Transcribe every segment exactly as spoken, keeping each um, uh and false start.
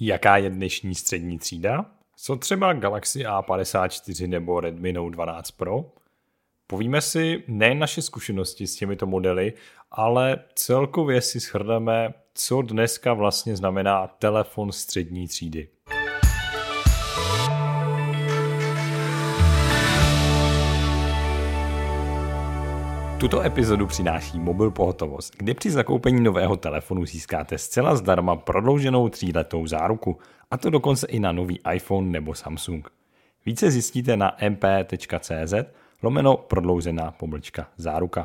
Jaká je dnešní střední třída? Co třeba Galaxy A padesát čtyři nebo Redmi Note dvanáct Pro? Povíme si nejen naše zkušenosti s těmito modely, ale celkově si shrneme, co dneska vlastně znamená telefon střední třídy. Tuto epizodu přináší Mobil Pohotovost, kde při zakoupení nového telefonu získáte zcela zdarma prodlouženou tříletou záruku, a to dokonce i na nový iPhone nebo Samsung. Více zjistíte na mp.cz lomeno prodloužená pomlčka záruka.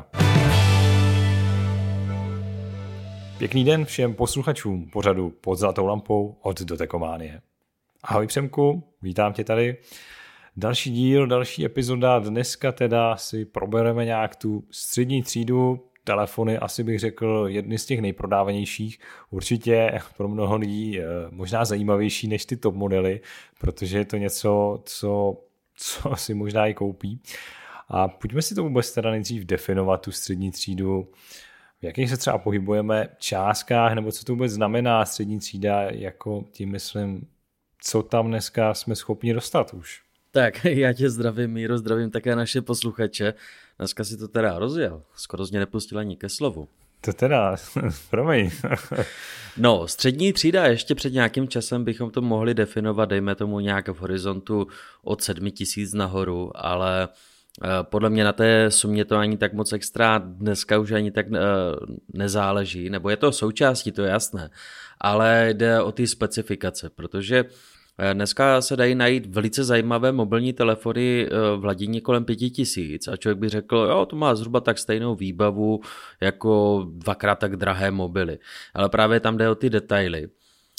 Pěkný den všem posluchačům pořadu Pod zlatou lampou od Dotekománie. Ahoj Přemku, vítám tě tady. Další díl, další epizoda, dneska teda si probereme nějak tu střední třídu, telefony asi bych řekl jedny z těch nejprodávanějších, určitě pro mnoho lidí možná zajímavější než ty top modely, protože je to něco, co, co si možná i koupí. A pojďme si to vůbec teda nejdřív definovat, tu střední třídu, v jakých se třeba pohybujeme částkách, nebo co to vůbec znamená střední třída, jako tím myslím, co tam dneska jsme schopni dostat už. Tak, já tě zdravím, Míro, zdravím také naše posluchače. Dneska si to teda rozjel, skoro z mě nepustil ani ke slovu. To teda, promiň. No, střední třída, ještě před nějakým časem bychom to mohli definovat, dejme tomu nějak v horizontu od sedmi tisíc nahoru, ale podle mě na té sumě to ani tak moc extra dneska už ani tak nezáleží, nebo je to součástí, to je jasné, ale jde o ty specifikace, protože dneska se dají najít velice zajímavé mobilní telefony v hladině kolem pěti tisíc a člověk by řekl, jo, to má zhruba tak stejnou výbavu jako dvakrát tak drahé mobily. Ale právě tam jde o ty detaily.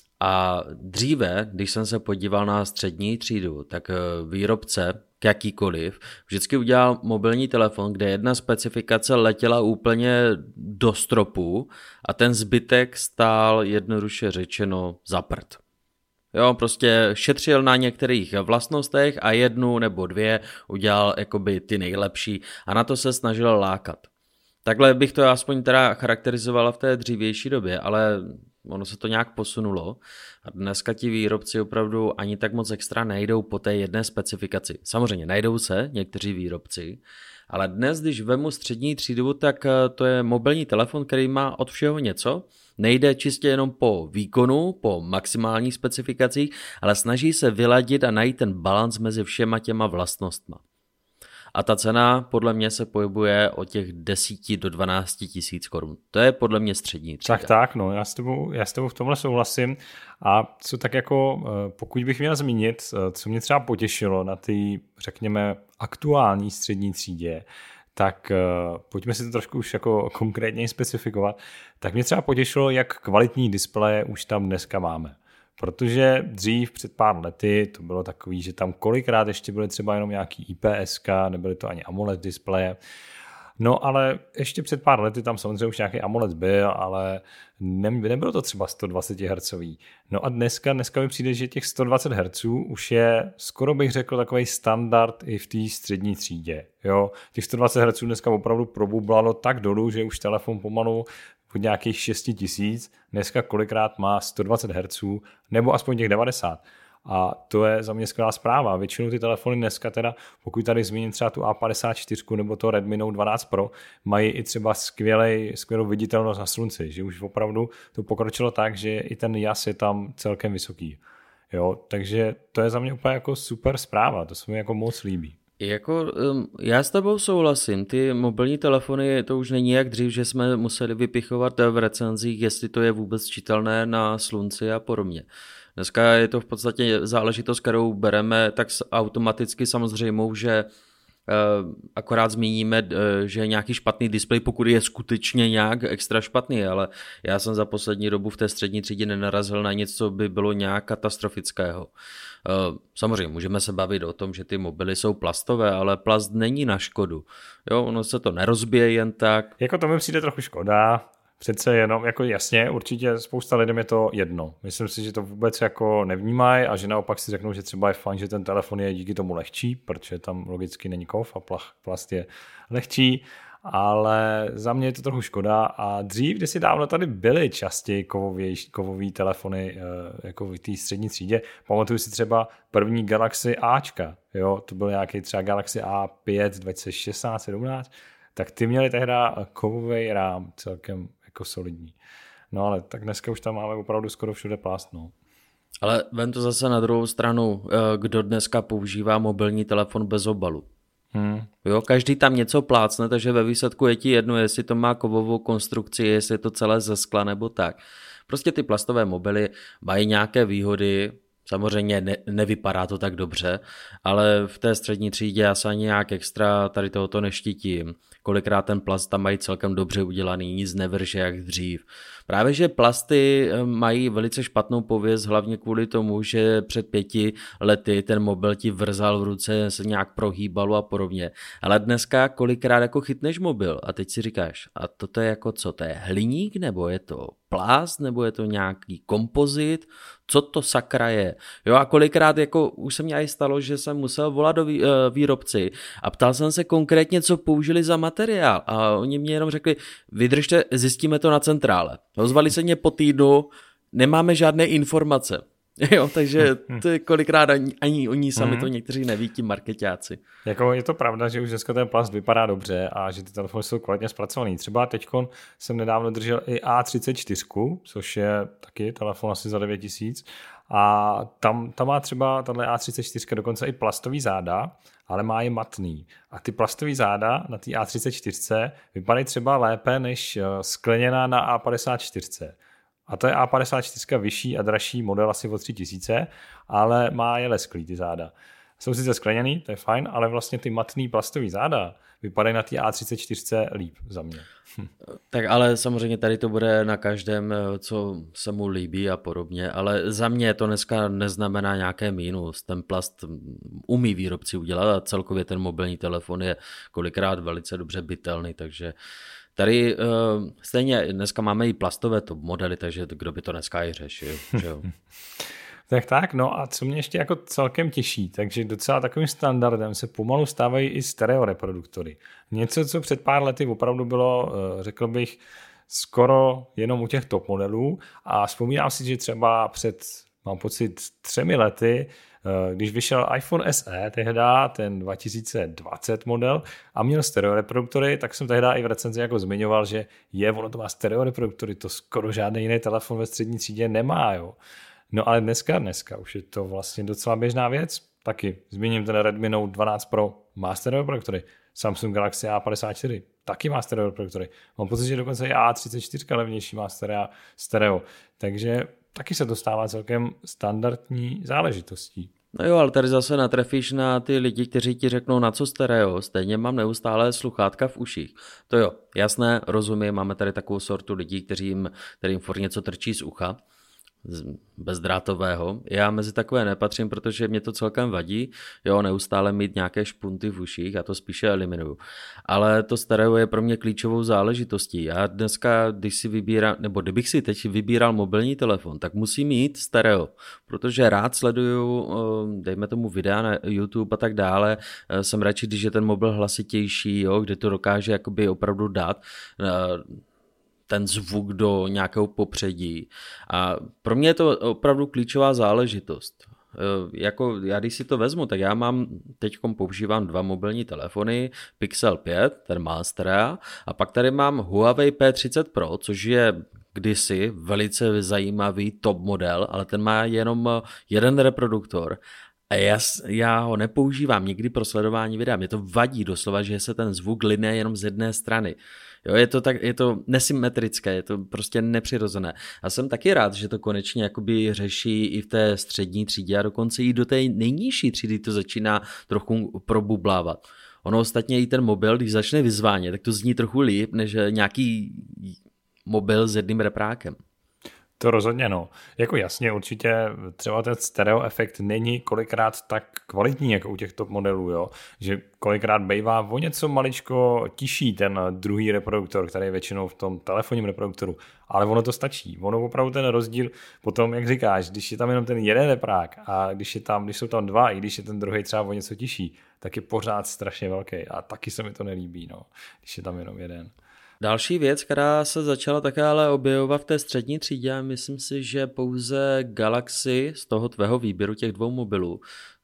A dříve, když jsem se podíval na střední třídu, tak výrobce, jakýkoliv, vždycky udělal mobilní telefon, kde jedna specifikace letěla úplně do stropu a ten zbytek stál jednoduše řečeno za prd. Jo, prostě šetřil na některých vlastnostech a jednu nebo dvě udělal jakoby ty nejlepší a na to se snažil lákat. Takhle bych to aspoň teda charakterizoval v té dřívější době, ale ono se to nějak posunulo a dneska ti výrobci opravdu ani tak moc extra nejdou po té jedné specifikaci. Samozřejmě najdou se někteří výrobci, ale dnes, když vemu střední třídu, tak to je mobilní telefon, který má od všeho něco. Nejde čistě jenom po výkonu, po maximálních specifikacích, ale snaží se vyladit a najít ten balans mezi všema těma vlastnostma. A ta cena podle mě se pohybuje od těch deseti do dvanácti tisíc korun. To je podle mě střední třída. Tak tak, no, já s tebou, já s tebou v tomhle souhlasím. A co tak jako, pokud bych měl zmínit, co mě třeba potěšilo na ty, řekněme, aktuální střední třídě, tak uh, pojďme si to trošku už jako konkrétně specifikovat, tak mě třeba potěšilo, jak kvalitní displeje už tam dneska máme. Protože dřív před pár lety to bylo takový, že tam kolikrát ještě byly třeba jenom nějaký I P S ka, nebyly to ani AMOLED displeje. No ale ještě před pár lety tam samozřejmě už nějaký AMOLED byl, ale ne, nebylo to třeba sto dvacet hertzový. No a dneska, dneska mi přijde, že těch sto dvacet hertzů už je, skoro bych řekl, takový standard i v té střední třídě. Jo? Těch sto dvacet hertzů dneska opravdu probublalo tak dolů, že už telefon pomalu od nějakých šest tisíc, dneska kolikrát má sto dvacet hertzů, nebo aspoň těch devadesát. A to je za mě skvělá zpráva. Většinou ty telefony dneska teda, pokud tady zmíním třeba tu A padesát čtyři nebo to Redmi Note dvanáct Pro, mají i třeba skvělej, skvělou viditelnost na slunci, že už opravdu to pokročilo tak, že i ten jas je tam celkem vysoký. Jo, takže to je za mě úplně jako super zpráva, to se mi jako moc líbí. Jako, já s tebou souhlasím, ty mobilní telefony, to už není jak dřív, že jsme museli vypichovat v recenzích, jestli to je vůbec čitelné na slunci a podobně. Dneska je to v podstatě záležitost, kterou bereme tak automaticky samozřejmou, že akorát zmíníme, že je nějaký špatný displej, pokud je skutečně nějak extra špatný, ale já jsem za poslední dobu v té střední třídě nenarazil na nic, co by bylo nějak katastrofického. Samozřejmě můžeme se bavit o tom, že ty mobily jsou plastové, ale plast není na škodu. Jo, ono se to nerozbije jen tak. Jako to mi přijde trochu škoda, přece jenom, jako jasně, určitě spousta lidem je to jedno. Myslím si, že to vůbec jako nevnímají a že naopak si řeknou, že třeba je fajn, že ten telefon je díky tomu lehčí, protože tam logicky není kov a plast je lehčí. ale za mě je to trochu škoda a dřív, kdysi dávno tady byly častěji kovový, kovový telefony jako v té střední třídě. Pamatuju si třeba první Galaxy Ačka, jo, to byl nějaký třeba Galaxy A pět dva tisíce šestnáct sedmnáct, tak ty měli tehdy kovový rám celkem jako solidní. No ale tak dneska už tam máme opravdu skoro všude plast, no. Ale vem to zase na druhou stranu, kdo dneska používá mobilní telefon bez obalu. Hmm. Jo, každý tam něco plácne, takže ve výsledku je ti jedno, jestli to má kovovou konstrukci, jestli je to celé ze skla nebo tak. Prostě ty plastové mobily mají nějaké výhody, samozřejmě ne, nevypadá to tak dobře, ale v té střední třídě já se ani nějak extra tady tohoto neštítím. Kolikrát ten plast tam mají celkem dobře udělaný, nic nevrže jak dřív. Právě, že plasty mají velice špatnou pověst, hlavně kvůli tomu, že před pěti lety ten mobil ti vrzal v ruce, se nějak prohýbalo a podobně. Ale dneska kolikrát jako chytneš mobil a teď si říkáš, a toto je jako co, to je hliník, nebo je to plast, nebo je to nějaký kompozit, co to sakra je. Jo a kolikrát jako už se mi aj stalo, že jsem musel volat do výrobci a ptal jsem se konkrétně, co použili za materiál a oni mě jenom řekli, vydržte, zjistíme to na centrále. Ozvali se mě po týdnu, nemáme žádné informace. Jo, takže to je kolikrát ani, ani oni sami to někteří neví, ti marketáci. Jako je to pravda, že už dneska ten plast vypadá dobře a že ty telefony jsou kvalitně zpracovaný. Třeba teďkon jsem nedávno držel i A třicet čtyři, což je taky telefon asi za devět tisíc a tam, tam má třeba tahle A třicet čtyři dokonce i plastový záda, ale má je matný. A ty plastový záda na té A třicet čtyři vypadají třeba lépe než skleněná na A padesát čtyři. A to je A padesát čtyři vyšší a dražší model asi o tři tisíce, ale má je lesklý ty záda. Jsou sice skleněný, to je fajn, ale vlastně ty matný plastový záda vypadají na té A třicet čtyři líp za mě. Hm. Tak ale samozřejmě tady to bude na každém, co se mu líbí a podobně, ale za mě to dneska neznamená nějaké mínus. Ten plast umí výrobci udělat a celkově ten mobilní telefon je kolikrát velice dobře bytelný, takže tady uh, stejně dneska máme i plastové top modely, takže kdo by to dneska i řešil. Jo? Tak tak, no a co mě ještě jako celkem těší, takže docela takovým standardem se pomalu stávají i stereo reproduktory. Něco, co před pár lety opravdu bylo, řekl bych, skoro jenom u těch top modelů a vzpomínám si, že třeba před, mám pocit, třemi lety, když vyšel iPhone S E tehda, ten dva tisíce dvacet model a měl stereo reproduktory, tak jsem tehda i v recenzi jako zmiňoval, že je, ono to má stereo reproduktory, to skoro žádný jiný telefon ve střední třídě nemá, jo. No ale dneska, dneska už je to vlastně docela běžná věc. Taky zmíním ten Redmi Note dvanáct Pro, má stereo reproduktory. Samsung Galaxy A padesát čtyři taky má stereo reproduktory. Mám pocit, že dokonce i A třicet čtyři levnější má stereo, stereo. Takže taky se to stává celkem standardní záležitostí. No jo, ale tady zase natrefíš na ty lidi, kteří ti řeknou, na co stereo, stejně mám neustále sluchátka v uších. To jo, jasné, rozumím, máme tady takovou sortu lidí, kterým, kterým furt něco trčí z ucha, bezdrátového. Já mezi takové nepatřím, protože mě to celkem vadí, jo, neustále mít nějaké špunty v uších, já to spíše eliminuju. Ale to stereo je pro mě klíčovou záležitostí. Já dneska, když si vybírám, nebo kdybych si teď vybíral mobilní telefon, tak musím mít stereo, protože rád sleduju, dejme tomu videa na YouTube a tak dále, jsem radši, když je ten mobil hlasitější, jo, kde to dokáže jakoby opravdu dát ten zvuk do nějakého popředí. A pro mě je to opravdu klíčová záležitost. Jako já když si to vezmu, tak já mám, teďkom používám dva mobilní telefony, Pixel pět, ten má stereo, a pak tady mám Huawei P třicet Pro, což je kdysi velice zajímavý top model, ale ten má jenom jeden reproduktor. A já, já ho nepoužívám nikdy pro sledování videa. Mě to vadí doslova, že se ten zvuk line jenom z jedné strany. Jo, je to tak, je to nesymetrické, je to prostě nepřirozené. A jsem taky rád, že to konečně jakoby řeší i v té střední třídě a dokonce i do té nejnižší třídy to začíná trochu probublávat. Ono ostatně i ten mobil, když začne vyzvánět, tak to zní trochu líp, než nějaký mobil s jedným reprákem. To rozhodně no. Jako jasně, určitě třeba ten stereo efekt není kolikrát tak kvalitní jako u těch top modelů, jo? Že kolikrát bejvá o něco maličko tiší ten druhý reproduktor, který je většinou v tom telefonním reproduktoru, ale ono to stačí. Ono opravdu ten rozdíl potom, jak říkáš, když je tam jenom ten jeden reprák a když, je tam, když jsou tam dva, i když je ten druhý třeba o něco tiší, tak je pořád strašně velký a taky se mi to nelíbí, no, když je tam jenom jeden. Další věc, která se začala také ale objevovat v té střední třídě, myslím si, že pouze Galaxy z toho tvého výběru těch dvou mobilů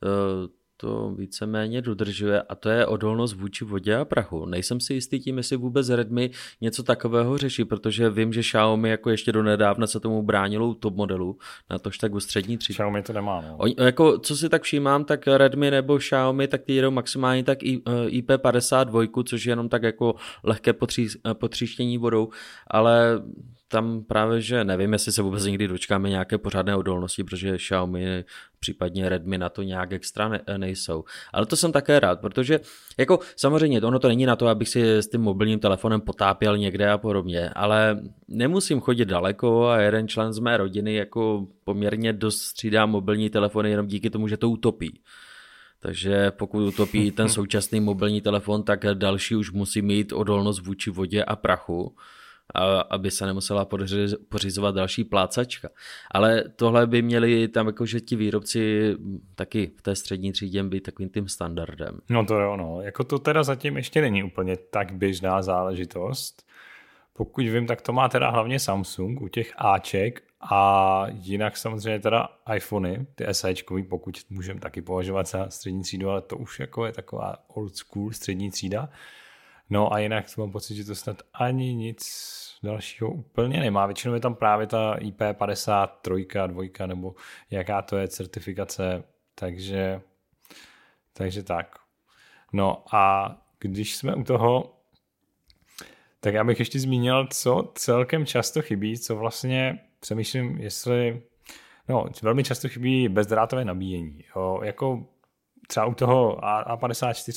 to víceméně dodržuje, a to je odolnost vůči vodě a prachu. Nejsem si jistý tím, jestli vůbec Redmi něco takového řeší, protože vím, že Xiaomi jako ještě do nedávna se tomu bránilo u top modelu, na tož tak u střední třídy. Xiaomi to nemá, no. Oni, jako, co si tak všímám, tak Redmi nebo Xiaomi, tak ty jedou maximálně tak I P padesát dva, což je jenom tak jako lehké potří, potříštění vodou, ale tam právě, že nevím, jestli se vůbec někdy dočkáme nějaké pořádné odolnosti, protože Xiaomi, případně Redmi na to nějak extra ne, nejsou. Ale to jsem také rád, protože jako samozřejmě ono to není na to, abych si s tím mobilním telefonem potápěl někde a podobně, ale nemusím chodit daleko a jeden člen z mé rodiny jako poměrně dost střídá mobilní telefony jenom díky tomu, že to utopí. Takže pokud utopí ten současný mobilní telefon, tak další už musí mít odolnost vůči vodě a prachu, aby se nemusela pořizovat další plácačka. Ale tohle by měli tam jakože ti výrobci taky v té střední třídě být takovým tím standardem. No to jo, no. Jako to teda zatím ještě není úplně tak běžná záležitost. Pokud vím, tak to má teda hlavně Samsung u těch Aček a jinak samozřejmě teda iPhony, ty SEčkový, pokud můžeme taky považovat za střední třídu, ale to už jako je taková old school střední třída. No a jinak mám pocit, že to snad ani nic dalšího úplně nemá. Většinou je tam právě ta I P padesát tři, dvojka nebo jaká to je certifikace, takže, takže tak. No a když jsme u toho, tak já bych ještě zmínil, co celkem často chybí, co vlastně přemýšlím, jestli, no velmi často chybí bezdrátové nabíjení. Jo, jako třeba u toho A padesát čtyři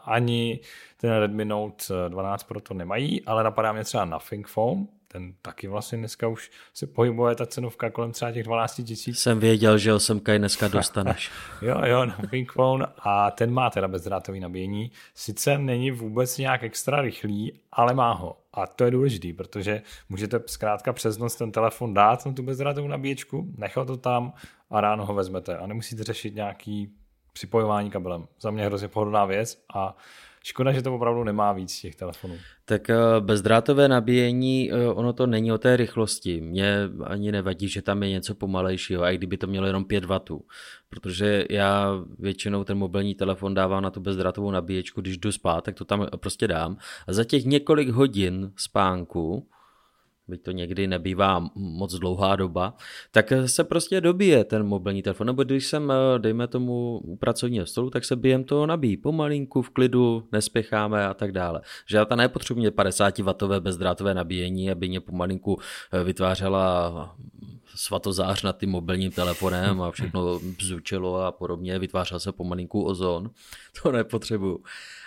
ani ten Redmi Note dvanáct Pro to nemají, ale napadá mě třeba Nothing Phone, ten taky vlastně dneska už se pohybuje ta cenovka kolem třeba těch dvanáct tisíc. Jsem věděl, že ho semka dneska dostaneš. jo, jo, Nothing Phone a ten má teda bezdrátový nabíjení. Sice není vůbec nějak extra rychlý, ale má ho. A to je důležitý, protože můžete zkrátka přes noc ten telefon dát na tu bezdrátovou nabíječku, nechat to tam a ráno ho vezmete a nemusíte řešit nějaký připojování kabelem. Za mě hrozně pohodlná věc a škoda, že to opravdu nemá víc těch telefonů. Tak bezdrátové nabíjení, ono to není o té rychlosti. Mně ani nevadí, že tam je něco pomalejšího, a i kdyby to mělo jenom pět wattů. Protože já většinou ten mobilní telefon dávám na tu bezdrátovou nabíječku, když jdu spát, tak to tam prostě dám. A za těch několik hodin spánku, byť to někdy nebývá moc dlouhá doba, tak se prostě dobíje ten mobilní telefon. Nebo když jsem, dejme tomu, u pracovního stolu, tak se během toho nabíjí pomalinku, v klidu, nespěcháme a tak dále. Že já ta nepotřebuji padesátiwattové bezdrátové nabíjení, aby mě pomalinku vytvářela svatozář nad tím mobilním telefonem a všechno bzučilo a podobně, vytvářel se pomalinku ozon. To nepotřebuju.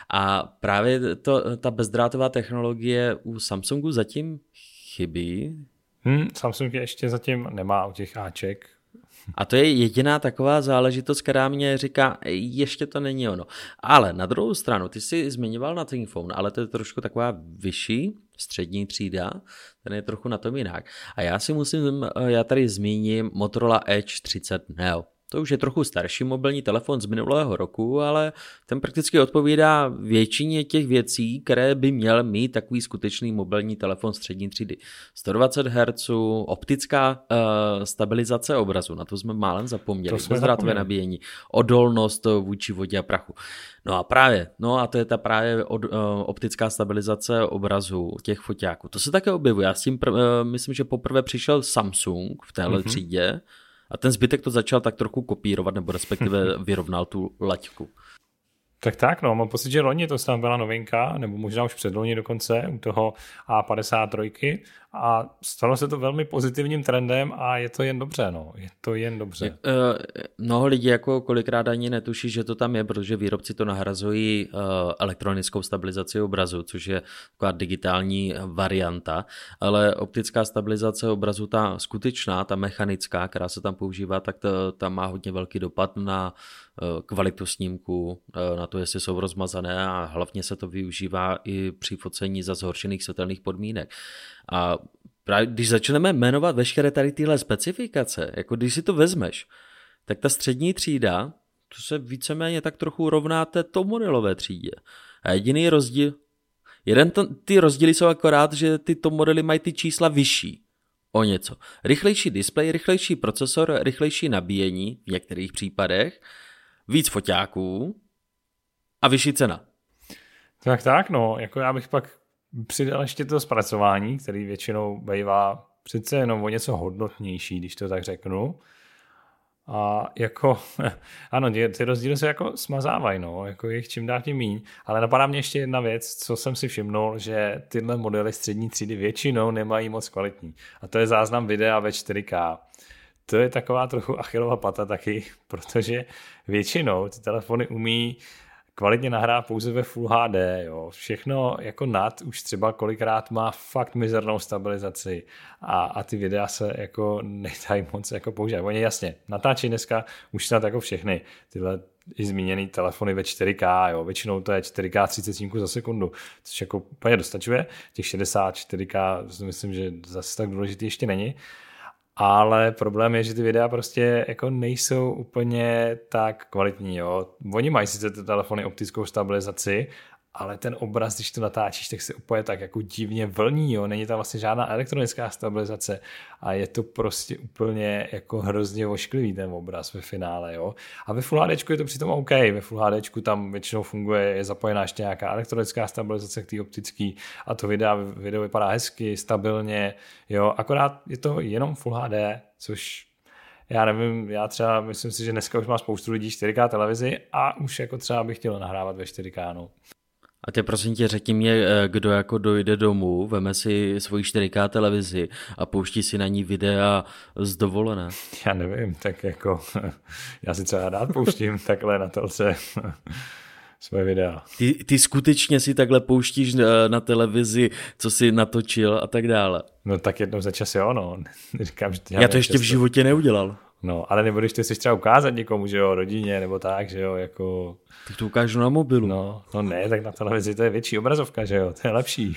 A právě to, ta bezdrátová technologie u Samsungu zatím chybí. Hmm, Samsung ještě zatím nemá u těch Aček. A to je jediná taková záležitost, která mě říká, ještě to není ono. Ale na druhou stranu, ty jsi zmiňoval Nothing Phone, ale to je trošku taková vyšší, střední třída, ten je trochu na tom jinak. A já si musím, já tady zmíním Motorola Edge třicet Neo. To už je trochu starší mobilní telefon z minulého roku, ale ten prakticky odpovídá většině těch věcí, které by měl mít takový skutečný mobilní telefon střední třídy. sto dvacet hertzů, optická uh, stabilizace obrazu, na to jsme málem zapomněli, bezdrátové nabíjení, odolnost vůči vodě a prachu. No a právě, no a to je ta právě od, uh, optická stabilizace obrazu těch foťáků. To se také objevuje. Já s tím pr- uh, myslím, že poprvé přišel Samsung v téhle mm-hmm. třídě, a ten zbytek to začal tak trochu kopírovat, nebo respektive vyrovnal tu laťku. Tak tak, no, mám pocit, že loni to tam byla novinka, nebo možná už předloni dokonce, u toho A padesát tři. a stalo se to velmi pozitivním trendem a je to jen dobře, no. Je to jen dobře. Mnoho lidí jako kolikrát ani netuší, že to tam je, protože výrobci to nahrazují elektronickou stabilizaci obrazu, což je taková digitální varianta, ale optická stabilizace obrazu, ta skutečná, ta mechanická, která se tam používá, tak to, ta má hodně velký dopad na kvalitu snímku, na to, jestli jsou rozmazané a hlavně se to využívá i při focení za zhoršených světelných podmínek. A právě když začneme jmenovat veškeré tady tyhle specifikace, jako když si to vezmeš, tak ta střední třída, to se víceméně tak trochu rovná té top modelové třídě. A jediný rozdíl, jeden to, ty rozdíly jsou akorát, že ty top modely mají ty čísla vyšší o něco. Rychlejší displej, rychlejší procesor, rychlejší nabíjení v některých případech, víc foťáků a vyšší cena. Tak tak, no, jako já bych pak přidal ještě to zpracování, který většinou bývá přece jenom o něco hodnotnější, když to tak řeknu. A jako, ano, ty rozdíly se jako smazávají, no, jako jich čím dál tím míň, ale napadá mě ještě jedna věc, co jsem si všimnul, že tyhle modely střední třídy většinou nemají moc kvalitní. A to je záznam videa ve čtyři ká. To je taková trochu Achillova pata taky, protože většinou ty telefony umí kvalitně nahrát pouze ve Full H D, jo. Všechno jako nad už třeba kolikrát má fakt mizernou stabilizaci a, a ty videa se jako nedají moc jako používat. Oni jasně natáčí dneska už snad jako všechny tyhle i zmíněný telefony ve čtyři ká, jo. Většinou to je čtyři ká třicet snímků za sekundu, což jako úplně dostačuje. Těch šedesát čtyři ká myslím, že zase tak důležitý ještě není. Ale problém je, že ty videa prostě jako nejsou úplně tak kvalitní. Jo. Oni mají sice ty telefony optickou stabilizaci, ale ten obraz, když to natáčíš, tak se úplně tak jako divně vlní. Jo. Není tam vlastně žádná elektronická stabilizace a je to prostě úplně jako hrozně ošklivý ten obraz ve finále. Jo. A ve Full HDčku je to přitom OK. Ve Full HDčku tam většinou funguje, je zapojená ještě nějaká elektronická stabilizace k té optický a to video, video vypadá hezky, stabilně. Jo. Akorát je to jenom Full H D, což já nevím, já třeba myslím si, že dneska už má spoustu lidí čtyři ká televizi a už jako třeba bych chtěl nahrávat ve čtyři ká. No. A ty prosím tě, řekni mě, kdo jako dojde domů, veme si svoji čtyři ká televizi a pouští si na ní videa z dovolené. Já nevím, tak jako já si třeba rád pouštím takhle na telce svoje videa. Ty, ty skutečně si takhle pouštíš na televizi, co jsi natočil a tak dále. No tak jednou za čas jo, no. Říkám, že já to ještě často v životě neudělal. No, ale nebo když to chceš třeba ukázat někomu, že jo, rodině, nebo tak, že jo, jako... Tak to ukážu na mobilu. No, no ne, tak na televizi to je větší obrazovka, že jo, to je lepší.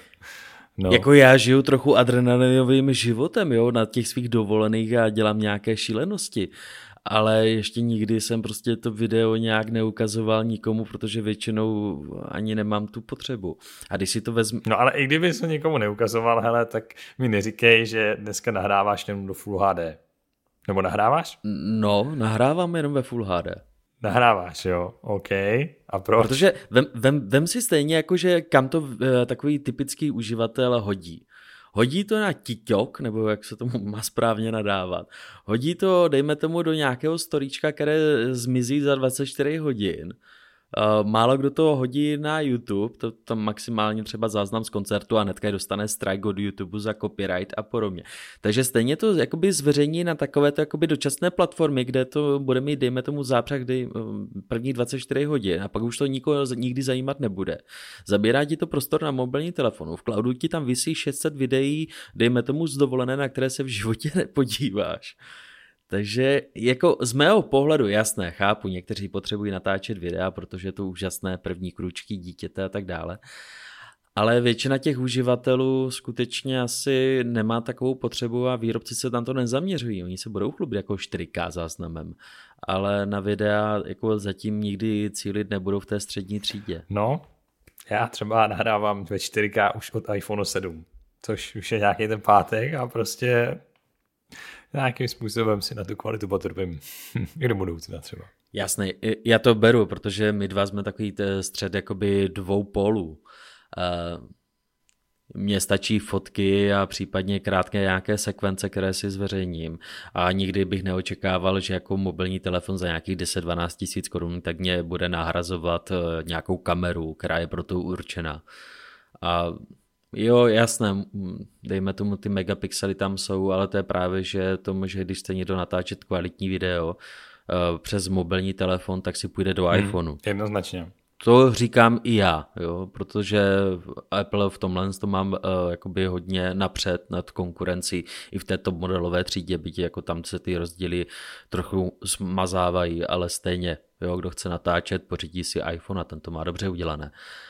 No. Jako já žiju trochu adrenalinovým životem, jo, na těch svých dovolených a dělám nějaké šílenosti. Ale ještě nikdy jsem prostě to video nějak neukazoval nikomu, protože většinou ani nemám tu potřebu. A když si to vezmu... No ale i kdyby to někomu neukazoval, hele, tak mi neříkej, že dneska nahráváš jenom do Full H D. Nebo nahráváš? No, nahrávám jenom ve Full H D. Nahráváš, jo, OK. A proč? Protože vem, vem, vem si stejně jako, že kam to e, takový typický uživatel hodí. Hodí to na TikTok, nebo jak se tomu má správně nadávat. Hodí to, dejme tomu, do nějakého storíčka, které zmizí za dvacet čtyři hodin. Uh, málo kdo to hodí na YouTube, to tam maximálně třeba záznam z koncertu a hnedka dostane strike od YouTube za copyright a podobně. Takže stejně to jakoby zveřejní na takovéto jakoby dočasné platformy, kde to bude mít, dejme tomu, zápřah kdy první dvacet čtyři hodin a pak už to nikoho nikdy zajímat nebude. Zabírá ti to prostor na mobilní telefonu, v cloudu ti tam visí šest set videí, dejme tomu z dovolené, na které se v životě nepodíváš. Takže jako z mého pohledu jasné, chápu, někteří potřebují natáčet videa, protože je to úžasné první kručky dítěte a tak dále. Ale většina těch uživatelů skutečně asi nemá takovou potřebu a výrobci se tam to nezaměřují. Oni se budou chlubit jako čtyři ká záznamem, ale na videa jako zatím nikdy cílit nebudou v té střední třídě. No, já třeba nahrávám ve čtyři ká už od iPhone sedm, což už je nějaký ten pátek a prostě... nějakým způsobem si na tu kvalitu potrpím. I do budoucna třeba. Jasné, já to beru, protože my dva jsme takový střed jakoby dvou polů. Mně stačí fotky a případně krátké nějaké sekvence, které si zveřejním. A nikdy bych neočekával, že jako mobilní telefon za nějakých deset dvanáct tisíc korun tak mě bude nahrazovat nějakou kameru, která je pro to určena. A Jo, jasné, dejme tomu ty megapixely tam jsou, ale to je právě, že tomu, že když chce někdo natáčet kvalitní video uh, přes mobilní telefon, tak si půjde do hmm, iPhoneu. Jednoznačně. To říkám i já, jo, protože Apple v tomhle to mám uh, jakoby hodně napřed nad konkurencí i v této modelové třídě, byť jako tam se ty rozdíly trochu smazávají, ale stejně, jo, kdo chce natáčet, pořídí si iPhone a ten to má dobře udělané.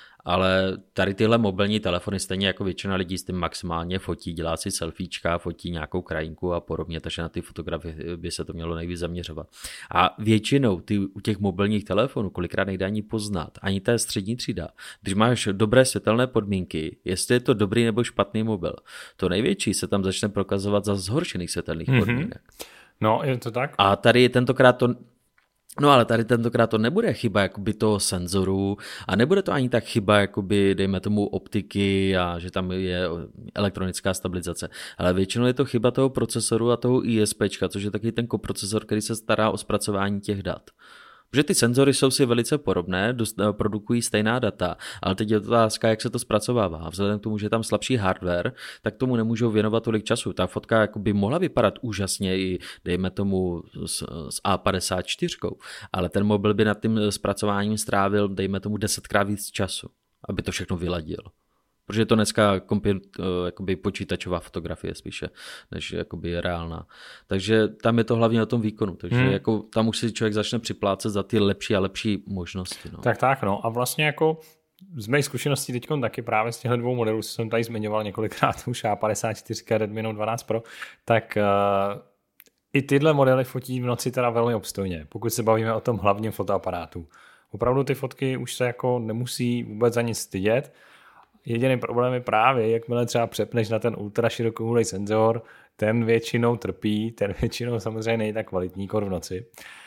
Ale tady tyhle mobilní telefony stejně jako většina lidí s tím maximálně fotí, dělá si selfiečka, fotí nějakou krajinku a podobně, takže na ty fotografie by se to mělo nejvíc zaměřovat. A většinou ty, u těch mobilních telefonů kolikrát nejde ani poznat, ani té střední třída. Když máš dobré světelné podmínky, jestli je to dobrý nebo špatný mobil, to největší se tam začne prokazovat za zhoršených světelných mm-hmm. podmínek. No, je to tak? A tady tentokrát to... No ale tady tentokrát to nebude chyba jakoby toho senzoru a nebude to ani tak chyba jakoby dejme tomu optiky a že tam je elektronická stabilizace, ale většinou je to chyba toho procesoru a toho ISPčka, což je taky ten koprocesor, který se stará o zpracování těch dat. Protože ty senzory jsou si velice podobné, dost, produkují stejná data, ale teď je otázka, jak se to zpracovává. Vzhledem k tomu, že je tam slabší hardware, tak tomu nemůžou věnovat tolik času. Ta fotka jako by mohla vypadat úžasně i, dejme tomu, s, s A padesát čtyři, ale ten mobil by nad tím zpracováním strávil, dejme tomu, desetkrát víc času, aby to všechno vyladil. Protože je to dneska kompil, jakoby počítačová fotografie spíše, než jakoby je reálná. Takže tam je to hlavně o tom výkonu. Takže hmm. jako, tam už si člověk začne připlácet za ty lepší a lepší možnosti. No. Tak tak, no. A vlastně jako z mých zkušeností teď taky právě z těchto dvou modelů, co jsem tady zmiňoval několikrát, už A padesát čtyři, Redmi Note dvanáct Pro, tak uh, i tyhle modely fotí v noci teda velmi obstojně, pokud se bavíme o tom hlavním fotoaparátu. Opravdu ty fotky už se jako nemusí vůbec za nic stydět. Jediný problém je právě, jakmile třeba přepneš na ten ultra širokouhlý senzor, ten většinou trpí, ten většinou samozřejmě nejde tak kvalitní kor v noci.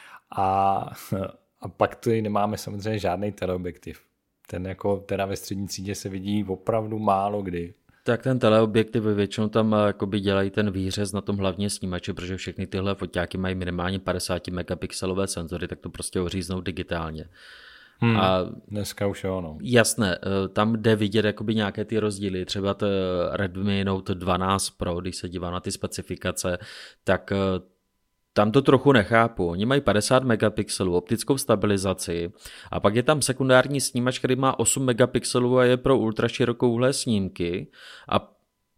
A, a pak tu nemáme samozřejmě žádný teleobjektiv. Ten jako teda ve střední třídě se vidí opravdu málo kdy. Tak ten teleobjektiv většinou tam jakoby dělají ten výřez na tom hlavně snímači, protože všechny tyhle foťáky mají minimálně padesát megapixelové senzory, tak to prostě oříznou digitálně. Hmm, a dneska už jo, no. Jasné, tam jde vidět jakoby nějaké ty rozdíly, třeba to Redmi Note dvanáct Pro, když se dívám na ty specifikace, tak tam to trochu nechápu. Oni mají padesát megapixelů, optickou stabilizaci a pak je tam sekundární snímač, který má osm megapixelů a je pro ultraširokouhlé snímky a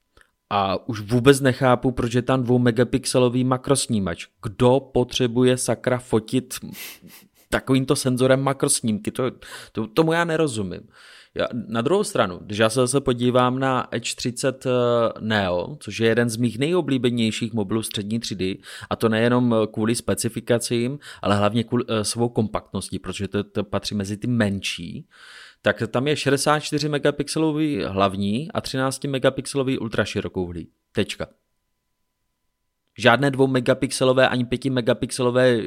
A už vůbec nechápu, proč je tam dvou megapixelový makrosnímač. Kdo potřebuje sakra fotit takovýmto senzorem makrosnímky? To, to, tomu já nerozumím. Já, na druhou stranu, když já se zase podívám na Edge třicet Neo, což je jeden z mých nejoblíbenějších mobilů střední třídy, a to nejenom kvůli specifikacím, ale hlavně kvůli uh, svou kompaktností, protože to, to patří mezi ty menší, tak tam je šedesát čtyři megapixelový hlavní a třináct megapixelový ultraširokouhlý. Tečka. Žádné dvou megapixelové ani pěti megapixelové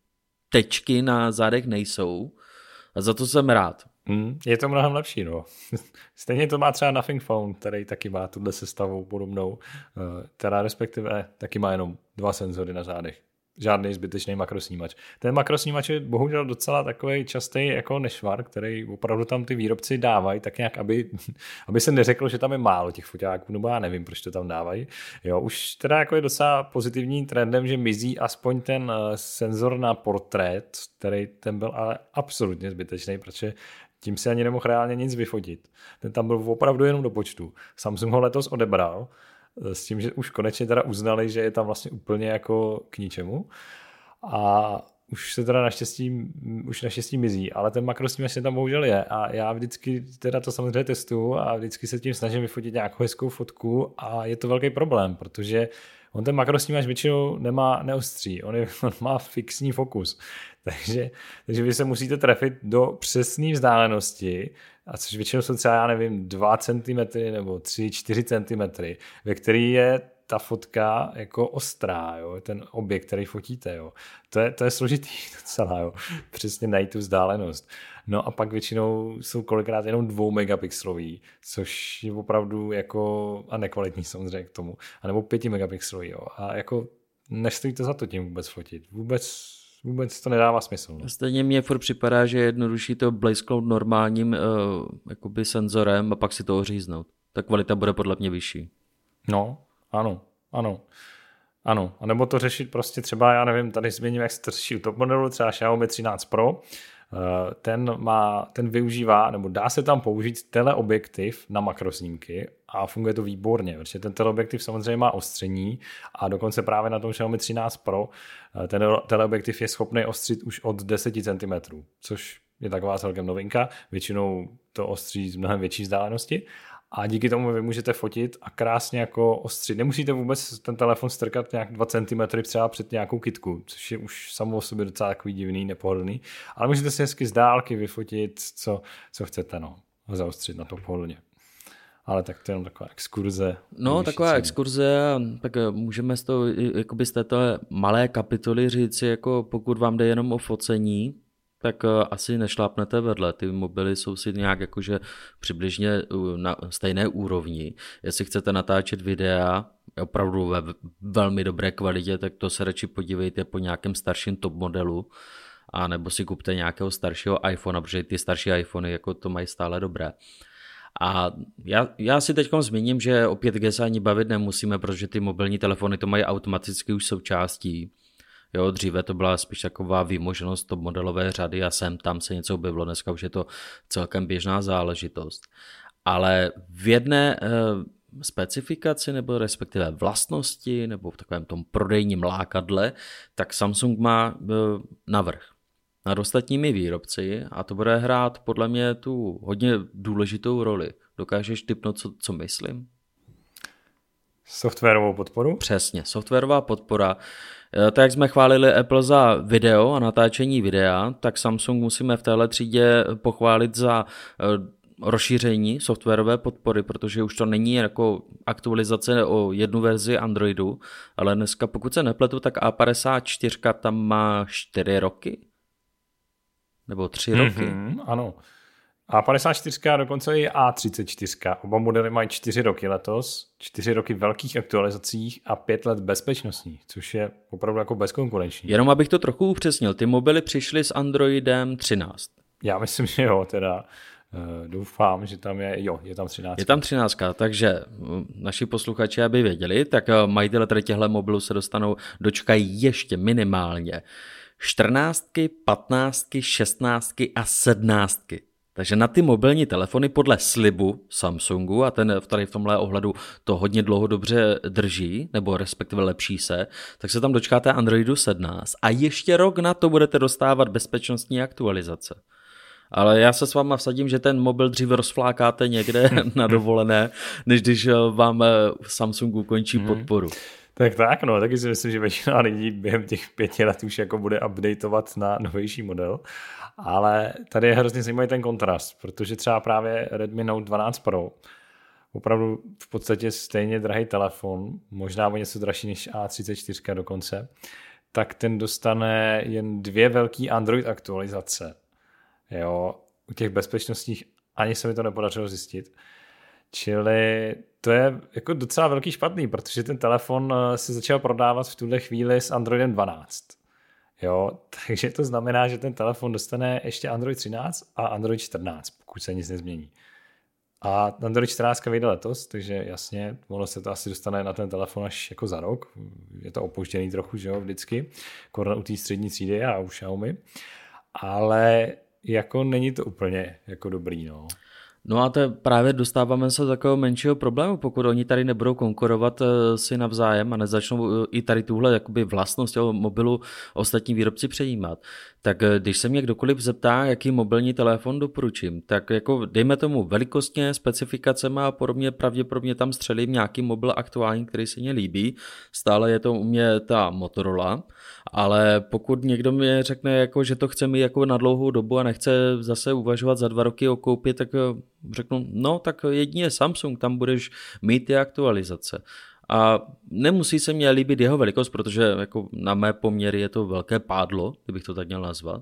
tečky na zádech nejsou. A za to jsem rád. Hmm, je to mnohem lepší, no. Stejně to má třeba Nothing Phone, který taky má tuhle sestavu podobnou, teda respektive taky má jenom dva senzory na zádech. Žádný zbytečný makrosnímač. Ten makrosnímač je bohužel docela takový častý jako nešvar, který opravdu tam ty výrobci dávají, tak nějak, aby, aby se neřeklo, že tam je málo těch foťáků, nebo já nevím, proč to tam dávají. Jo, už teda jako je docela pozitivní trendem, že mizí aspoň ten senzor na portrét, který ten byl ale absolutně zbytečný, protože tím se ani nemohl reálně nic vyfotit. Ten tam byl opravdu jenom do počtu. Samsung ho letos odebral, s tím, že už konečně teda uznali, že je tam vlastně úplně jako k ničemu a už se teda naštěstí, už naštěstí mizí, ale ten makrosnímač tam bohužel je a já vždycky teda to samozřejmě testuju a vždycky se tím snažím vyfotit nějakou hezkou fotku a je to velký problém, protože on ten makrosnímač většinou nemá neostří, on, je, on má fixní fokus, takže, takže vy se musíte trefit do přesné vzdálenosti, a což většinou jsou třeba, já nevím, dva centimetry nebo tři, čtyři centimetry, ve který je ta fotka jako ostrá, jo? Ten objekt, který fotíte. Jo? To, je, to je složitý docela, jo? Přesně najít tu vzdálenost. No a pak většinou jsou kolikrát jenom dvou megapixelový, což je opravdu jako, a nekvalitní samozřejmě k tomu, anebo pěti megapixelový. Jo? A jako nestojí to za to tím vůbec fotit. Vůbec Vůbec to nedává smysl. No. Stejně mně furt připadá, že je jednodušší to blejsknout normálním uh, jakoby senzorem a pak si to oříznout. ta kvalita bude podle mě vyšší. No, ano, ano. Ano, a nebo to řešit prostě třeba, já nevím, tady změním, jak se to řeší u top modelu, třeba Xiaomi třináct Pro, ten, má, ten využívá, nebo dá se tam použít teleobjektiv na makrosnímky a funguje to výborně, protože ten teleobjektiv samozřejmě má ostření a dokonce právě na tom Xiaomi třináct Pro ten teleobjektiv je schopný ostřit už od deset centimetrů, což je taková celkem novinka, většinou to ostří z mnohem větší vzdálenosti. A díky tomu vy můžete fotit a krásně jako ostřit. Nemusíte vůbec ten telefon strkat nějak dva centimetry třeba před nějakou kytku, což je už samo o sobě docela takový divný, nepohodlný. Ale můžete si hezky z dálky vyfotit, co, co chcete, no. A zaostřit na to pohodlně. Ale tak to je jenom taková exkurze. No, taková cenu. exkurze, tak můžeme z toho, jakoby z této malé kapitoly říct, jako pokud vám jde jenom o focení, tak asi nešlápnete vedle. Ty mobily jsou si nějak jakože přibližně na stejné úrovni. Jestli chcete natáčet videa opravdu ve velmi dobré kvalitě, tak to se radši podívejte po nějakém starším top modelu, a nebo si kupte nějakého staršího iPhone, protože ty starší iPhony jako to mají stále dobré. A já, já si teď zmíním, že o pět G se ani bavit nemusíme, protože ty mobilní telefony to mají automaticky už součástí. Jo, dříve to byla spíš taková výmožnost top modelové řady a sem tam se něco objevilo, dneska už je to celkem běžná záležitost. Ale v jedné e, specifikaci nebo respektive vlastnosti nebo v takovém tom prodejním lákadle, tak Samsung má e, navrch nad ostatními výrobci a to bude hrát podle mě tu hodně důležitou roli. Dokážeš tipnout, co, co myslím? Softwarovou podporu? Přesně, softwarová podpora. Tak jak jsme chválili Apple za video a natáčení videa, tak Samsung musíme v téhle třídě pochválit za rozšíření softwarové podpory, protože už to není jako aktualizace o jednu verzi Androidu, ale dneska, pokud se nepletu, tak A padesát čtyři tam má čtyři roky? Nebo tři roky? Mm-hmm, ano. A padesát čtyři a dokonce i A třicet čtyři. Oba modely mají čtyři roky letos, čtyři roky velkých aktualizacích a pět let bezpečnostních, což je opravdu jako bezkonkurenční. Jenom abych to trochu upřesnil, ty mobily přišly s Androidem třináct. Já myslím, že jo, teda doufám, že tam je, jo, je tam třináct. Je tam třináct, takže naši posluchači, aby věděli, tak majitele tady těchto mobilů se dostanou, dočkají ještě minimálně čtrnáctky, patnáctky, šestnáctky a sedmnáctky. Takže na ty mobilní telefony podle slibu Samsungu, a ten tady v tomhle ohledu to hodně dlouho dobře drží, nebo respektive lepší se, tak se tam dočkáte Androidu sedmnáct a ještě rok na to budete dostávat bezpečnostní aktualizace. Ale já se s váma vsadím, že ten mobil dříve rozflákáte někde na dovolené, než když vám Samsung ukončí podporu. Hmm. Tak tak, no, taky si myslím, že většina lidí během těch pěti let už jako bude updateovat na novější model. Ale tady je hrozně zajímavý ten kontrast, protože třeba právě Redmi Note dvanáct Pro, opravdu v podstatě stejně drahý telefon, možná o něco dražší než A třicet čtyři dokonce, tak ten dostane jen dvě velký Android aktualizace. Jo, u těch bezpečnostních ani se mi to nepodařilo zjistit. Čili to je jako docela velký špatný, protože ten telefon se začal prodávat v tuhle chvíli s Androidem dvanáct. Jo, takže to znamená, že ten telefon dostane ještě Android třináct a Android čtrnáct, pokud se nic nezmění. A Android čtrnáct vyjde letos, takže jasně, ono se to asi dostane na ten telefon až jako za rok. Je to opožděný trochu, že jo, vždycky. Koruna u té střední třídy a u Xiaomi. Ale jako není to úplně jako dobrý, no. No a to právě dostáváme se do takového menšího problému, pokud oni tady nebudou konkurovat si navzájem a nezačnou i tady tuhle jakoby vlastnost toho mobilu ostatní výrobci přejímat. Tak když se mě kdokoliv zeptá, jaký mobilní telefon doporučím, tak jako dejme tomu velikostně, specifikacemi a podobně, pravděpodobně tam střelím nějaký mobil aktuální, který se mně líbí. Stále je to u mě ta Motorola, ale pokud někdo mi řekne, jako, že to chce mít jako na dlouhou dobu a nechce zase uvažovat za dva roky o koupi, tak řeknu, no tak jedině Samsung, tam budeš mít ty aktualizace. A nemusí se mně líbit jeho velikost, protože jako na mé poměry je to velké pádlo, kdybych to tak měl nazvat.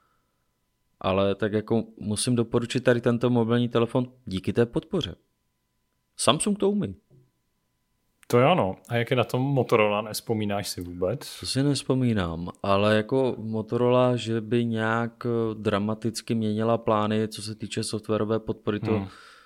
Ale tak jako musím doporučit tady tento mobilní telefon díky té podpoře. Samsung to umí. To jo, no. A jak je na tom Motorola, nespomínáš si vůbec? To si nespomínám, ale jako Motorola, že by nějak dramaticky měnila plány, co se týče softwarové podpory, to, hmm.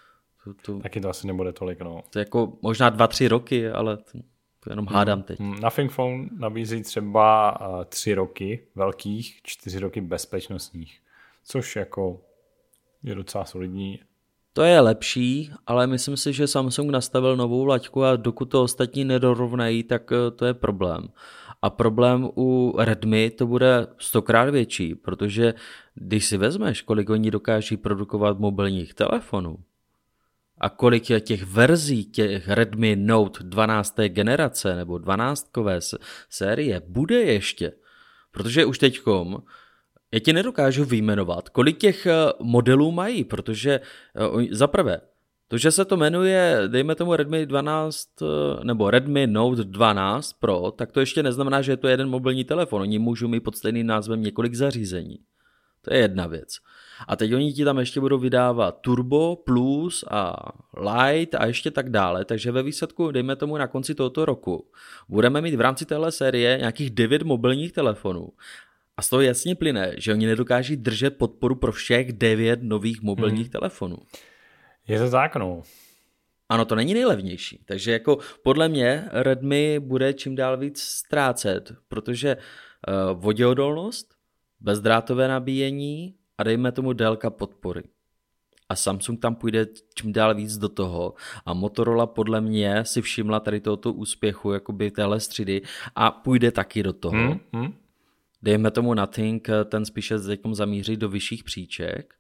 To, to, Taky to asi nebude tolik, no. To je jako možná dva, tři roky, ale to, to jenom hádám teď. Hmm. Nothing Phone nabízí třeba uh, tři roky velkých, čtyři roky bezpečnostních, což jako je docela solidní. To je lepší, ale myslím si, že Samsung nastavil novou laťku a dokud to ostatní nedorovnají, tak to je problém. A problém u Redmi to bude stokrát větší, protože když si vezmeš, kolik oni dokáží produkovat mobilních telefonů a kolik je těch verzí těch Redmi Note dvanácté generace nebo dvanáctkové série bude ještě, protože už teďkom já ti nedokážu vyjmenovat, kolik těch modelů mají, protože za prvé, to, že se to jmenuje, dejme tomu Redmi dvanáct nebo Redmi Note dvanáct Pro, tak to ještě neznamená, že je to jeden mobilní telefon. Oni můžou mít pod stejným názvem několik zařízení. To je jedna věc. A teď oni ti tam ještě budou vydávat Turbo, Plus a Lite a ještě tak dále, takže ve výsledku, dejme tomu na konci tohoto roku, budeme mít v rámci téhle série nějakých devět mobilních telefonů. A z toho jasně plyne, že oni nedokáží držet podporu pro všech devět nových mobilních hmm. telefonů. Je to tak, no. Ano, to není nejlevnější. Takže jako podle mě Redmi bude čím dál víc ztrácet, protože uh, voděodolnost, bezdrátové nabíjení a dejme tomu délka podpory. A Samsung tam půjde čím dál víc do toho a Motorola podle mě si všimla tady tohoto úspěchu jakoby téhle střídy a půjde taky do toho. Hmm, hmm. Dejme tomu Nothing, ten spíše teďkom zamíří do vyšších příček.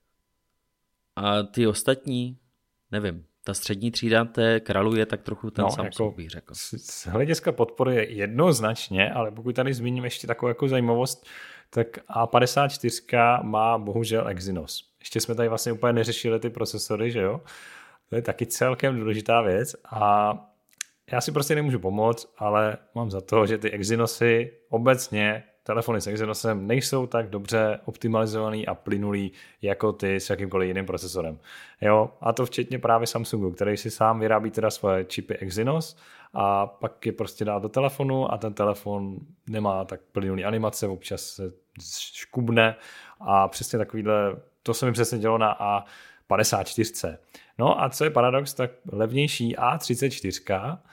A ty ostatní, nevím, ta střední třída té kraluje tak trochu ten no, Samsung, jako bych řekl. Z hlediska podpory je jednoznačně, ale pokud tady zmíním ještě takovou jako zajímavost, tak A padesát čtyři má bohužel Exynos. Ještě jsme tady vlastně úplně neřešili ty procesory, že jo? To je taky celkem důležitá věc a já si prostě nemůžu pomoct, ale mám za to, že ty Exynosy obecně telefony s Exynosem nejsou tak dobře optimalizovaný a plynulý jako ty s jakýmkoliv jiným procesorem. Jo? A to včetně právě Samsungu, který si sám vyrábí teda svoje čipy Exynos a pak je prostě dá do telefonu a ten telefon nemá tak plynulý animace, občas se škubne a přesně takovýhle, to se mi přesně dělo na A padesát čtyři. No a co je paradox, tak levnější A třicet čtyři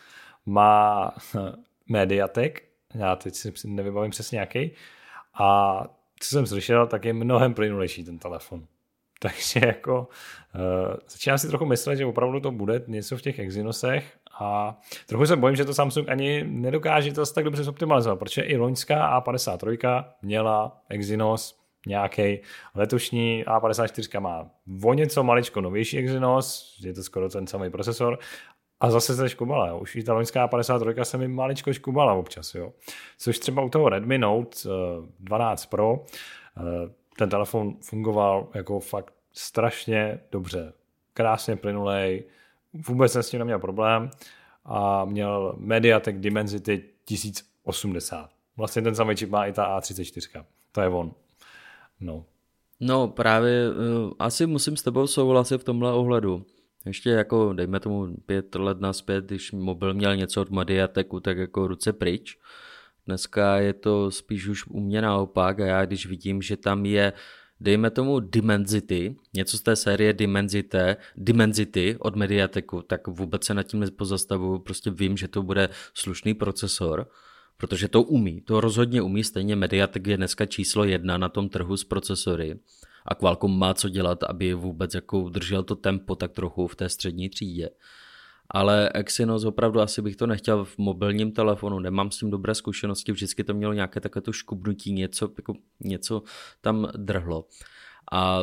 má Mediatek, já teď si nevybavím přesně nějaký. A co jsem slyšel, tak je mnohem plynulejší ten telefon. Takže jako uh, začínám si trochu myslet, že opravdu to bude něco v těch Exynosech a trochu se bojím, že to Samsung ani nedokáže to tak dobře zoptimalizovat, protože i loňská A padesát tři měla Exynos nějaký, letošní A padesát čtyři má o něco maličko novější Exynos, je to skoro ten samý procesor, a zase se škubala, jo. Už i ta loňská padesát tři se mi maličko škubala občas, jo. Což třeba u toho Redmi Note dvanáct Pro ten telefon fungoval jako fakt strašně dobře. Krásně plynulej, vůbec jsem s tím neměl problém a měl Mediatek Dimensity tisíc osmdesát. Vlastně ten samý čip má i ta A třicet čtyři. To je on. No. No právě uh, asi musím s tebou souhlasit v tomhle ohledu. Ještě jako dejme tomu pět let naspět, když mobil měl něco od Mediateku, tak jako ruce pryč. Dneska je to spíš už u mě naopak a já když vidím, že tam je dejme tomu Dimensity, něco z té série Dimensity, Dimensity od Mediateku, tak vůbec se nad tím nepozastavuju, prostě vím, že to bude slušný procesor, protože to umí, to rozhodně umí, stejně Mediatek je dneska číslo jedna na tom trhu s procesory a Qualcomm má co dělat, aby vůbec jako udržel to tempo tak trochu v té střední třídě. Ale Exynos opravdu asi bych to nechtěl v mobilním telefonu, nemám s tím dobré zkušenosti, vždycky to mělo nějaké takové to škubnutí, něco, jako, něco tam drhlo. A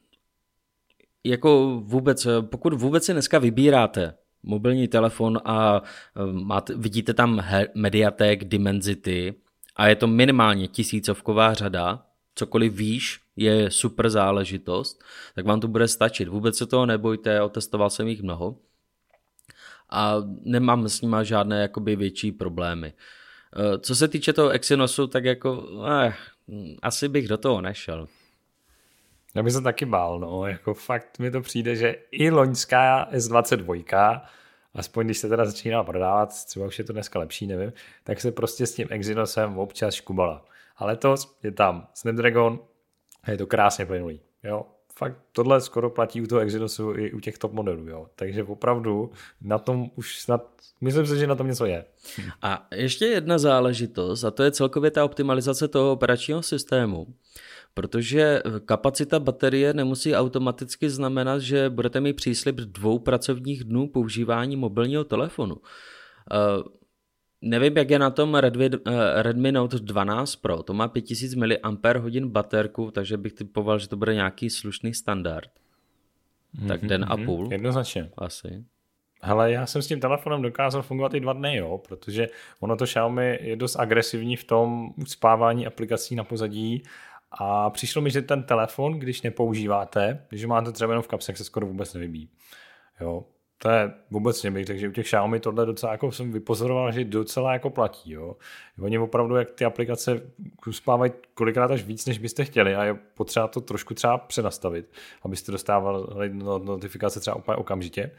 jako vůbec, pokud vůbec si dneska vybíráte mobilní telefon a máte, vidíte tam Mediatek Dimensity a je to minimálně tisícovková řada, cokoliv výš je super záležitost, tak vám to bude stačit. Vůbec se toho nebojte, otestoval jsem jich mnoho a nemám s nima žádné jakoby větší problémy. Co se týče toho Exynosu, tak jako eh, asi bych do toho nešel. Já bych se taky bál, no, jako fakt mi to přijde, že i loňská S dvacet dva, aspoň když se teda začíná prodávat, třeba už je to dneska lepší, nevím, tak se prostě s tím Exynosem občas škubala. A letos je tam Snapdragon a je to krásně plynulý, jo. fakt tohle skoro platí u toho Exynosu i u těch top modelů, jo. Takže opravdu na tom už snad, myslím si, že na tom něco je. A ještě jedna záležitost, a to je celkově ta optimalizace toho operačního systému. Protože kapacita baterie nemusí automaticky znamenat, že budete mít příslib dvou pracovních dnů používání mobilního telefonu. Uh, nevím, jak je na tom Redmi, uh, Redmi Note dvanáct Pro, to má pět tisíc miliampérhodin baterku, takže bych typoval, že to bude nějaký slušný standard. Mm-hmm, tak den mm-hmm, a půl. Jednoznačně. Asi. Hele, já jsem s tím telefonem dokázal fungovat i dva dny, jo, protože ono to Xiaomi je dost agresivní v tom uspávání aplikací na pozadí. A přišlo mi, že ten telefon, když nepoužíváte, když máte třeba jenom v kapsech, se skoro vůbec nevybíjí. Jo, to je vůbec nebych, takže u těch Xiaomi tohle docela jako jsem vypozoroval, že docela jako platí. Jo. Oni opravdu, jak ty aplikace uspávají kolikrát až víc, než byste chtěli a je potřeba to trošku třeba přenastavit, abyste dostávali notifikace třeba úplně okamžitě,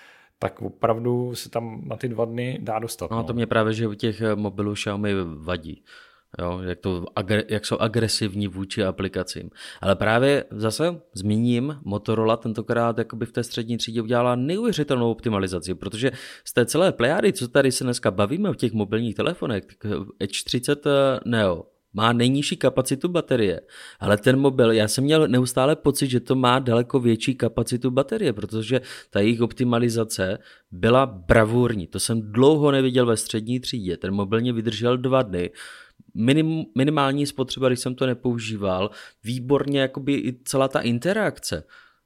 tak opravdu se tam na ty dva dny dá dostat. No, no. To mě právě, že u těch mobilů Xiaomi vadí. Jo, jak, to, jak jsou agresivní vůči aplikacím. Ale právě zase zmíním, Motorola tentokrát jakoby v té střední třídě udělala neuvěřitelnou optimalizaci, protože z té celé plejády, co tady se dneska bavíme o těch mobilních telefonech, tak Edge třicet Neo má nejnižší kapacitu baterie, ale ten mobil, já jsem měl neustále pocit, že to má daleko větší kapacitu baterie, protože ta jejich optimalizace byla bravurní. To jsem dlouho neviděl ve střední třídě. Ten mobil mě vydržel dva dny. Minim, minimální spotřeba, když jsem to nepoužíval, výborně jakoby i celá ta interakce.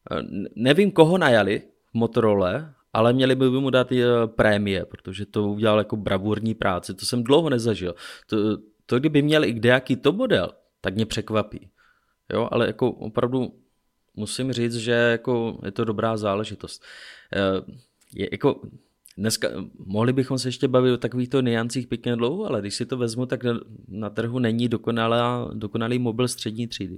Nevím, koho najali v Motorola, ale měli by mu dát i prémie, protože to udělal jako bravurní práci. To jsem dlouho nezažil. To, to kdyby měl i kdejaký to model, tak mě překvapí. Jo, ale jako opravdu musím říct, že jako je to dobrá záležitost. Je, jako dneska mohli bychom se ještě bavit o takovýchto niancích pěkně dlouho, ale když si to vezmu, tak na, na trhu není dokonalá, dokonalý mobil střední třídy.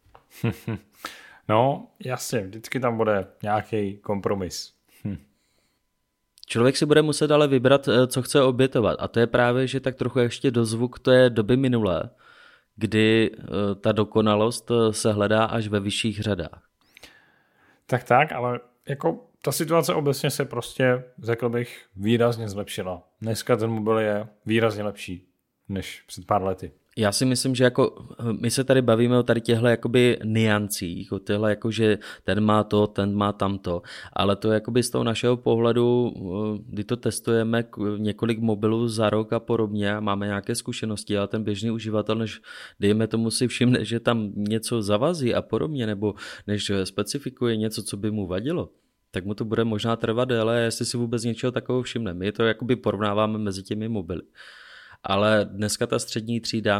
No, jasně, vždycky tam bude nějaký kompromis. Hm. Člověk si bude muset ale vybrat, co chce obětovat. A to je právě, že tak trochu ještě dozvuk té doby minulé, kdy ta dokonalost se hledá až ve vyšších řadách. Tak tak, ale jako ta situace obecně se prostě, řekl bych, výrazně zlepšila. Dneska ten mobil je výrazně lepší než před pár lety. Já si myslím, že jako my se tady bavíme o tady těchto jakoby niancích, o těchto jako, že ten má to, ten má tamto, ale to jakoby z toho našeho pohledu, kdy to testujeme několik mobilů za rok a podobně a máme nějaké zkušenosti, ale ten běžný uživatel, než dejme tomu si všimne, že tam něco zavazí a podobně, nebo než specifikuje něco, co by mu vadilo, tak mu to bude možná trvat déle, jestli si vůbec něčeho takového všimne. My to jakoby porovnáváme mezi těmi mobily. Ale dneska ta střední třída,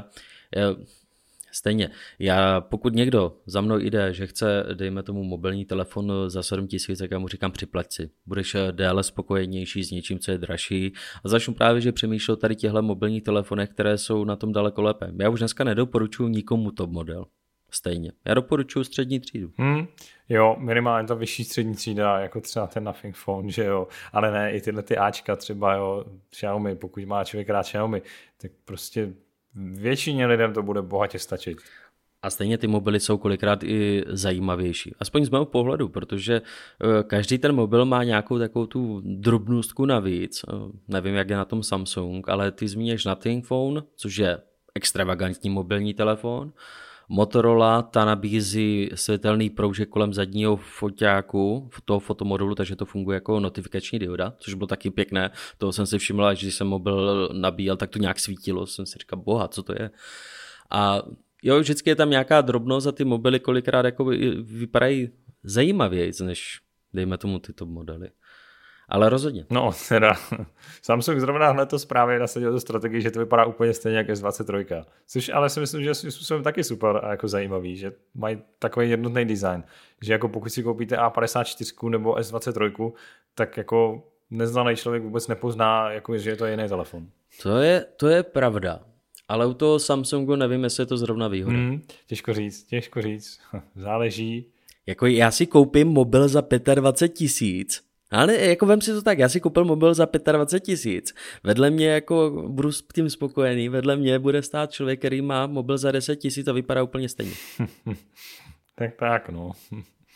stejně, já, pokud někdo za mnou jde, že chce, dejme tomu mobilní telefon za sedm tisíc, tak já mu říkám připlať si. Budeš déle spokojenější s něčím, co je dražší. A začnu právě, že přemýšlel tady těchto mobilních telefonech, které jsou na tom daleko lépe. Já už dneska nedoporučuji nikomu top model. Stejně. Já doporučuji střední třídu. Hmm, jo, minimálně ta vyšší střední třída, jako třeba ten Nothing Phone, že jo, ale ne, i tyhle ty Ačka třeba, jo, Xiaomi, pokud má člověk rád Xiaomi, tak prostě většině lidem to bude bohatě stačit. A stejně ty mobily jsou kolikrát i zajímavější. Aspoň z mého pohledu, protože každý ten mobil má nějakou takovou tu drobnůstku navíc. Nevím, jak je na tom Samsung, ale ty zmíníš Nothing Phone, což je extravagantní mobilní telefon. Motorola, ta nabízí světelný proužek kolem zadního foťáku, toho fotomodulu, takže to funguje jako notifikační dioda, což bylo taky pěkné. Toho jsem si všiml, že když jsem mobil nabíjel, tak to nějak svítilo. Jsem si říkal, boha, co to je? A jo, vždycky je tam nějaká drobnost a ty mobily kolikrát jako vypadají zajímavějc, než dejme tomu tyto modely. Ale rozhodně. No, teda Samsung zrovna hned to správně nasadil tu strategii, že to vypadá úplně stejně jak S dvacet tři. Což ale si myslím, že jsou taky super a jako zajímavý, že mají takový jednotný design, že jako pokud si koupíte A padesát čtyři nebo S dvacet tři, tak jako neznaný člověk vůbec nepozná, jako, že je to jiný telefon. To je, to je pravda. Ale u toho Samsungu nevím, jestli je to zrovna výhoda. Hmm, těžko říct, těžko říct. Záleží. Jako já si koupím mobil za dvacet pět tisíc. Ale jako vem si to tak, já si koupil mobil za dvacet pět tisíc. Vedle mě jako budu s tím spokojený, vedle mě bude stát člověk, který má mobil za deset tisíc a vypadá úplně stejně. Tak tak, no.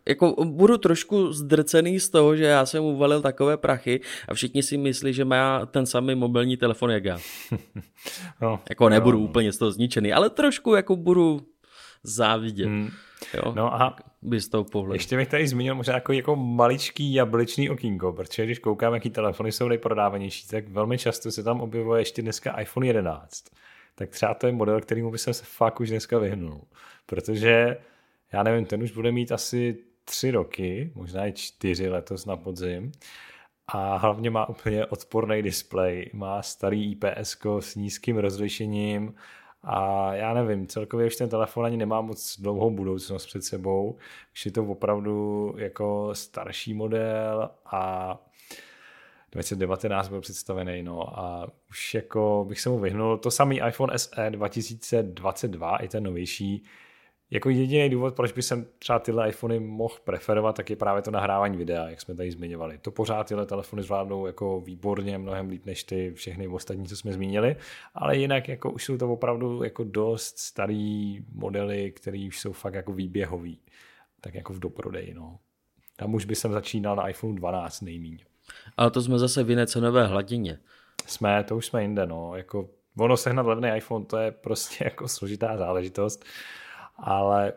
jako budu trošku zdrcený z toho, že já jsem uvalil takové prachy a všichni si myslí, že má ten samý mobilní telefon jak já. No, jako nebudu no. úplně z toho zničený, ale trošku jako budu závidět. Hmm. Jo, no a z toho pohledu. Ještě bych tady zmínil možná jako, jako maličký jablečný okýnko, protože když koukám, jaký telefony jsou nejprodávanější, tak velmi často se tam objevuje ještě dneska iPhone jedenáct. Tak třeba to je model, kterýmu by jsem se fakt už dneska vyhnul. Protože, já nevím, ten už bude mít asi tři roky, možná i čtyři letos na podzim. A hlavně má úplně odporný displej, má starý I P S ko s nízkým rozlišením a já nevím, celkově už ten telefon ani nemá moc dlouhou budoucnost před sebou. Už je to opravdu jako starší model a dva tisíce devatenáct byl představený, no a už jako bych se mu vyhnul. To samý iPhone S E dva tisíce dvacet dva, i ten novější. Jako jediný důvod, proč by jsem třeba tyhle iPhony mohl preferovat, tak je právě to nahrávání videa, jak jsme tady zmiňovali. To pořád tyhle telefony zvládnou jako výborně, mnohem líp než ty všechny ostatní, co jsme zmínili, ale jinak jako už jsou to opravdu jako dost starý modely, které už jsou fakt jako výběhový, tak jako v doprodeji, no. Tam už by jsem začínal na iPhone dvanáct nejmíň. Ale to jsme zase v jiné cenové hladině. Jsme, to už jsme jinde, no. Jako ono sehnat levný iPhone, to je prostě jako složitá záležitost. Ale,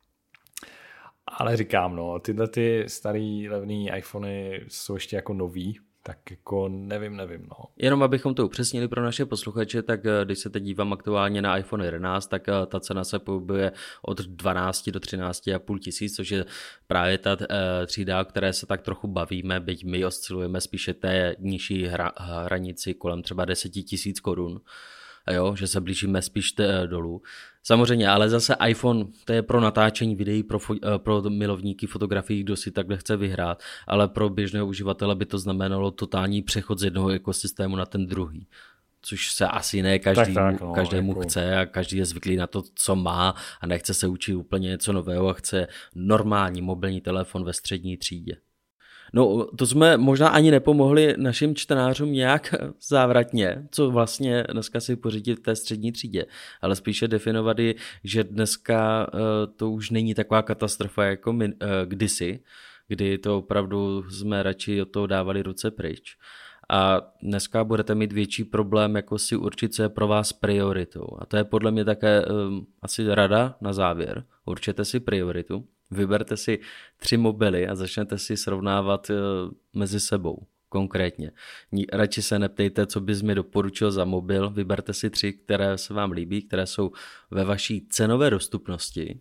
ale říkám, no, tyhle ty starý levný iPhony jsou ještě jako nový, tak jako nevím, nevím, no. Jenom abychom to upřesnili pro naše posluchače, tak když se teď dívám aktuálně na iPhone jedenáct, tak ta cena se pohybuje od dvanáct do třináct a půl tisíc, což je právě ta třída, o které se tak trochu bavíme, byť my oscilujeme spíše té nižší hra, hranici kolem třeba deset tisíc korun. Jo, že se blížíme spíš t- dolů. Samozřejmě, ale zase iPhone, to je pro natáčení videí, pro, fo- pro milovníky fotografií, kdo si takhle chce vyhrát, ale pro běžného uživatele by to znamenalo totální přechod z jednoho ekosystému na ten druhý. Což se asi ne každý, tak, tak, no, každému jako... chce a každý je zvyklý na to, co má a nechce se učit úplně něco nového a chce normální mobilní telefon ve střední třídě. No, to jsme možná ani nepomohli našim čtenářům nějak závratně, co vlastně dneska si pořídit v té střední třídě, ale spíše definovat je, že dneska uh, to už není taková katastrofa jako my, uh, kdysi, kdy to opravdu jsme radši od toho dávali ruce pryč. A dneska budete mít větší problém, jako si určit, co je pro vás prioritou. A to je podle mě také um, asi rada na závěr. Určete si prioritu. Vyberte si tři mobily a začnete si srovnávat uh, mezi sebou konkrétně. Radši se neptejte, co bys mi doporučil za mobil, vyberte si tři, které se vám líbí, které jsou ve vaší cenové dostupnosti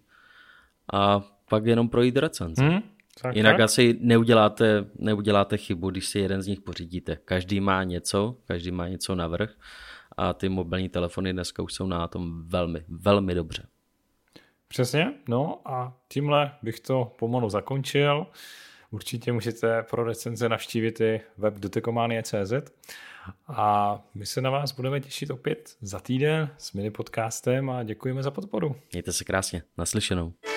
a pak jenom projít recenze. Hmm, tak, Jinak tak. asi neuděláte, neuděláte chybu, když si jeden z nich pořídíte. Každý má něco, každý má něco navrch a ty mobilní telefony dneska už jsou na tom velmi, velmi dobře. Přesně, no a tímhle bych to pomalu zakončil. Určitě můžete pro recenze navštívit i web dotekomanie tečka cé zet a my se na vás budeme těšit opět za týden s mini podcastem a děkujeme za podporu. Mějte se krásně, naslyšenou.